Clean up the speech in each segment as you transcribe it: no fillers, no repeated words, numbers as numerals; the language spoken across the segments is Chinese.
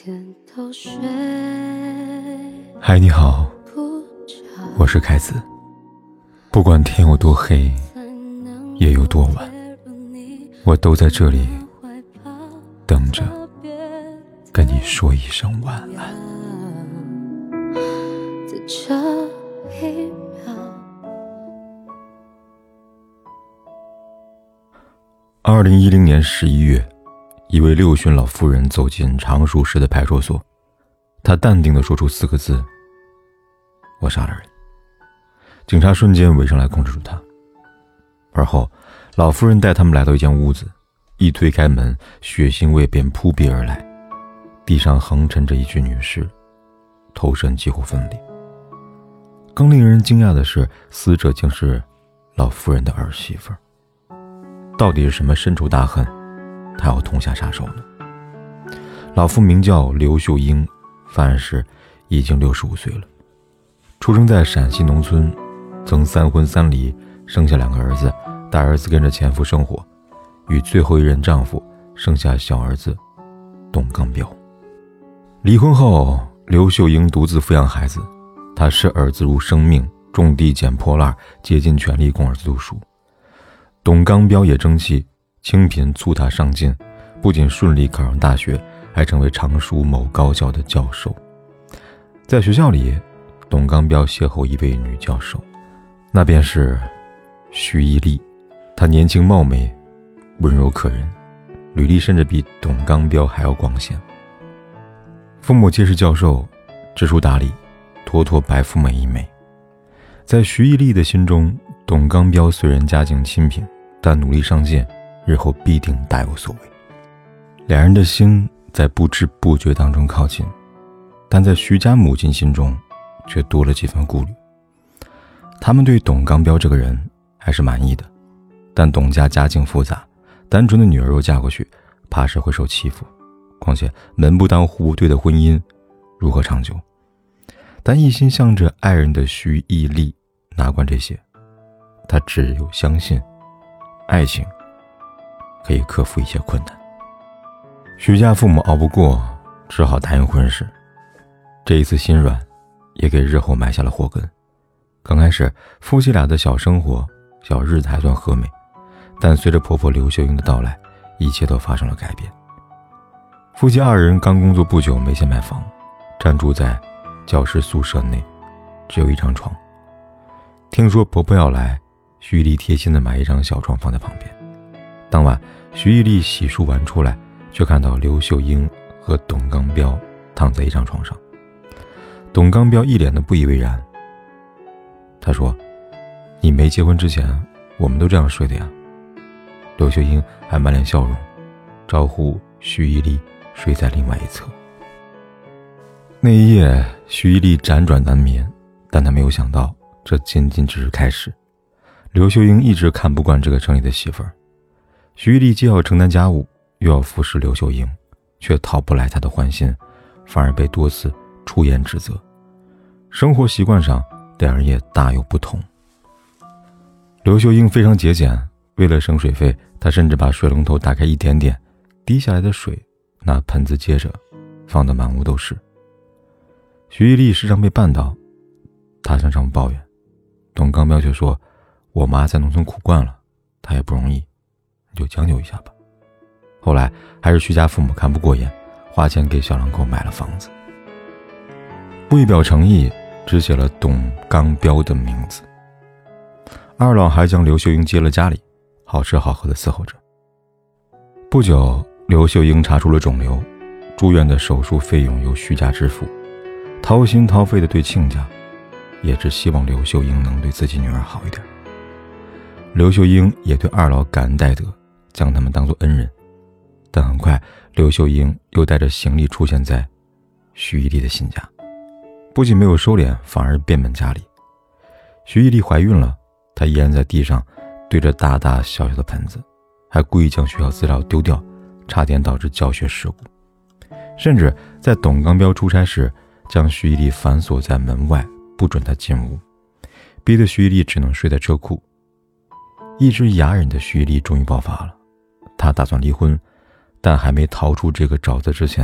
嗨，你好，我是凯子。不管天有多黑，夜有多晚，我都在这里等着跟你说一声晚安。2010年11月，一位六旬老妇人走进常熟市的派出所，她淡定地说出4个字：我杀了人。警察瞬间围上来控制住她，而后老妇人带他们来到一间屋子，一推开门，血腥味便扑鼻而来，地上横陈着一具女尸，头身几乎分离。更令人惊讶的是，死者竟是老妇人的儿媳妇。到底是什么深仇大恨，他要痛下杀手呢？老妇名叫刘秀英，犯案时已经65岁了，出生在陕西农村，曾3婚3离，生下2个儿子，大儿子跟着前夫生活，与最后一任丈夫生下小儿子董刚彪。离婚后，刘秀英独自抚养孩子，她视儿子如生命，种地捡破烂，竭尽全力供儿子读书。董刚彪也争气，清贫促他上进，不仅顺利考上大学，还成为常熟某高校的教授。在学校里，董刚彪邂逅一位女教授，那便是徐一丽。她年轻貌美，温柔可人，履历甚至比董刚彪还要光鲜。父母皆是教授，知书达理，妥妥白富美一枚。在徐一丽的心中，董刚彪虽然家境清贫，但努力上进，日后必定大有所为。两人的心在不知不觉当中靠近，但在徐家母亲心中却多了几分顾虑。他们对董刚彪这个人还是满意的，但董家家境复杂，单纯的女儿若嫁过去，怕是会受欺负，况且门不当户不对的婚姻如何长久？但一心向着爱人的徐一丽哪管这些，他只有相信爱情可以克服一切困难。徐家父母熬不过，只好答应婚事。这一次心软也给日后埋下了祸根。刚开始夫妻俩的小生活小日子还算和美，但随着婆婆刘秀英的到来，一切都发生了改变。夫妻2人刚工作不久，没钱买房，暂住在教师宿舍内，只有1张床。听说婆婆要来，徐一丽贴心地买一张小床放在旁边。当晚徐一丽洗漱完出来，却看到刘秀英和董刚彪躺在一张床上。董刚彪一脸的不以为然，他说：你没结婚之前我们都这样睡的呀。刘秀英还满脸笑容，招呼徐一丽睡在另外一侧。那一夜徐一丽辗转难眠，但她没有想到这仅仅只是开始。刘秀英一直看不惯这个城里的媳妇儿，徐一丽既要承担家务，又要服侍刘秀英，却讨不来她的欢心，反而被多次出言指责。生活习惯上，两人也大有不同。刘秀英非常节俭，为了省水费，她甚至把水龙头打开一点点，滴下来的水拿盆子接着，放得满屋都是。徐一丽时常被绊倒，她常常抱怨，董刚彪却说：我妈在农村苦惯了，她也不容易，你就将就一下吧。后来还是徐家父母看不过眼，花钱给小两口买了房子，不以表诚意，只写了董刚彪的名字。二老还将刘秀英接了家里，好吃好喝的伺候着。不久，刘秀英查出了肿瘤，住院的手术费用由徐家支付，掏心掏肺的对亲家，也只希望刘秀英能对自己女儿好一点。刘秀英也对二老感恩戴德，将他们当作恩人。但很快，刘秀英又带着行李出现在徐一丽的新家，不仅没有收敛，反而变本加厉。徐一丽怀孕了，她依然在地上对着大大小小的盆子，还故意将学校资料丢掉，差点导致教学事故。甚至在董刚彪出差时，将徐一丽反锁在门外，不准他进屋，逼得徐一丽只能睡在车库。一直哑忍的徐一丽终于爆发了，她打算离婚，但还没逃出这个沼泽之前，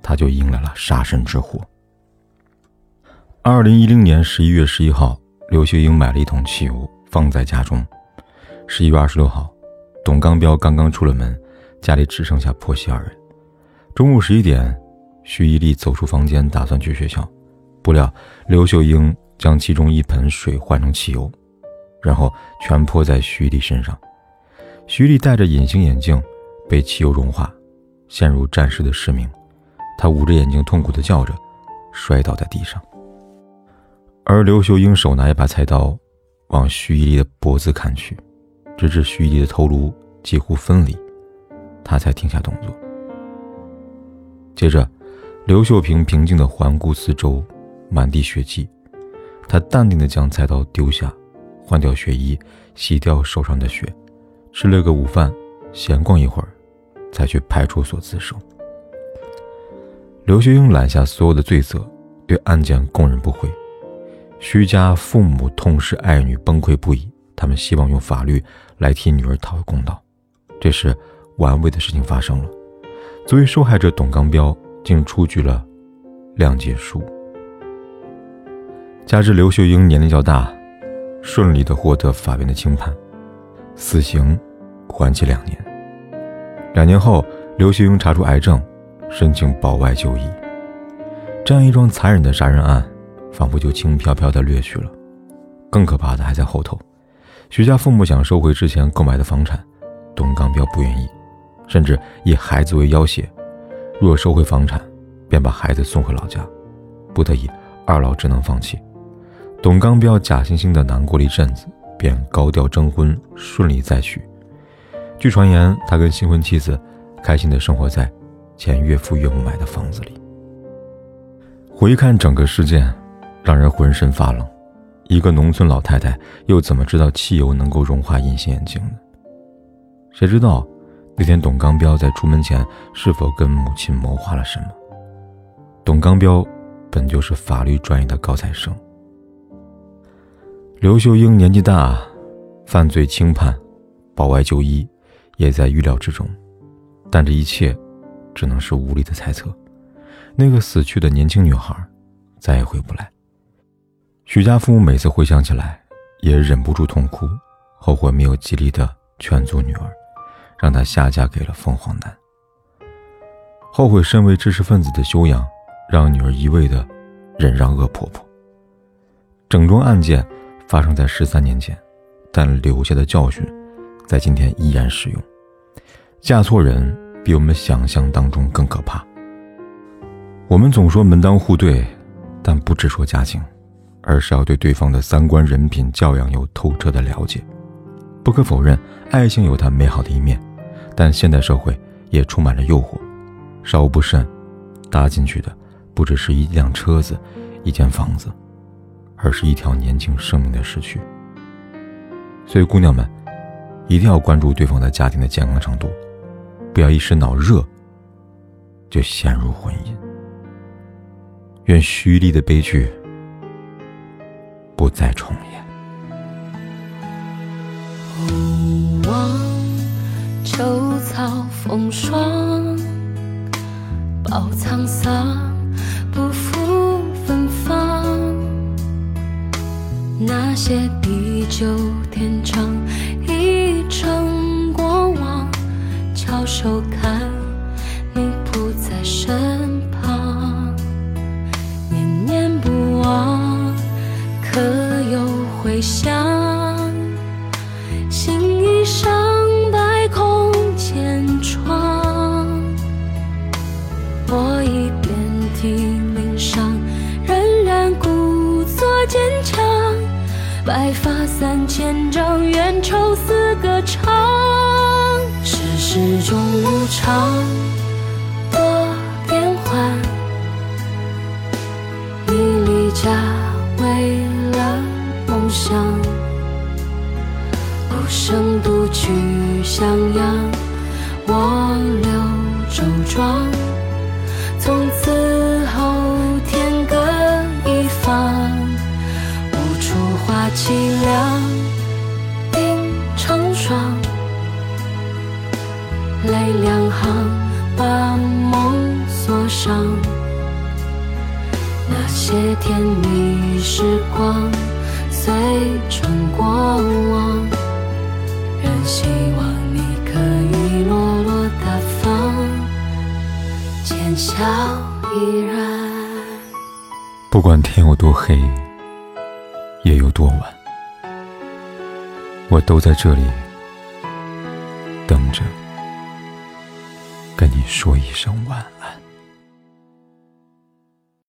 他就迎来了杀身之祸。2010年11月11号，刘秀英买了一桶汽油放在家中。11月26号，董刚彪刚刚出了门，家里只剩下婆媳2人。中午11点，徐一丽走出房间打算去学校，不料刘秀英将其中一盆水换成汽油，然后全泼在徐一丽身上。徐一丽戴着隐形眼镜，被汽油融化，陷入暂时的失明。她捂着眼睛痛苦地叫着，摔倒在地上。而刘秀英手拿一把菜刀往徐一丽的脖子砍去，直至徐一丽的头颅几乎分离，她才停下动作。接着刘秀平平静地环顾四周，满地血迹。他淡定地将菜刀丢下，换掉血衣，洗掉手上的血，吃了个午饭，闲逛一会儿，才去派出所自首。刘秀英揽下所有的罪责，对案件供认不讳。徐家父母痛失爱女，崩溃不已，他们希望用法律来替女儿讨回公道。这时玩味的事情发生了，作为受害者董刚彪竟出具了谅解书。加之刘秀英年龄较大，顺利地获得法院的轻判，死刑缓期2年。2年后，刘秀英查出癌症，申请保外就医。这样一桩残忍的杀人案仿佛就轻飘飘地掠去了。更可怕的还在后头，徐家父母想收回之前购买的房产，董刚彪不愿意，甚至以孩子为要挟，若收回房产，便把孩子送回老家。不得已，二老只能放弃。董刚彪假惺惺地难过了一阵子，便高调征婚，顺利再娶。据传言，他跟新婚妻子开心地生活在前岳父岳母买的房子里。回看整个事件，让人浑身发冷。一个农村老太太又怎么知道汽油能够融化隐形眼镜呢？谁知道那天董刚彪在出门前是否跟母亲谋划了什么？董刚彪本就是法律专业的高材生。刘秀英年纪大，犯罪轻判，保外就医也在预料之中，但这一切只能是无力的猜测。那个死去的年轻女孩再也回不来。徐家父母每次回想起来也忍不住痛哭，后悔没有极力地劝阻女儿，让她下嫁给了凤凰男。后悔身为知识分子的修养让女儿一味地忍让恶婆婆。整桩案件发生在13年前，但留下的教训在今天依然适用。嫁错人比我们想象当中更可怕。我们总说门当户对，但不只说家境，而是要对对方的三观、人品、教养有透彻的了解。不可否认，爱情有它美好的一面，但现代社会也充满了诱惑，稍不慎，搭进去的不只是一辆车子、一间房子，而是一条年轻生命的逝去。所以姑娘们，一定要关注对方的家庭的健康程度，不要一时脑热就陷入婚姻。愿徐丽的悲剧不再重演。 勿忘秋草风霜，抱沧桑，不负芬芳。那些地久天长，已成过往。翘首看你不在身旁，念念不忘，可有回响？心已伤，百空千疮。我已遍体鳞伤，仍然故作坚强。白发3000丈，冤仇4个长。世事终无常，多变幻。你离家为了梦想，孤身独去襄阳，我留周庄。从此后天各一方，无处话凄凉，鬓成霜。泪两行，把梦锁上。 些甜蜜时光随风过往，仍希望你可以落落大方，浅笑依然。 不管天有多黑，夜有多晚，我都在这里等着，跟你说一声晚安。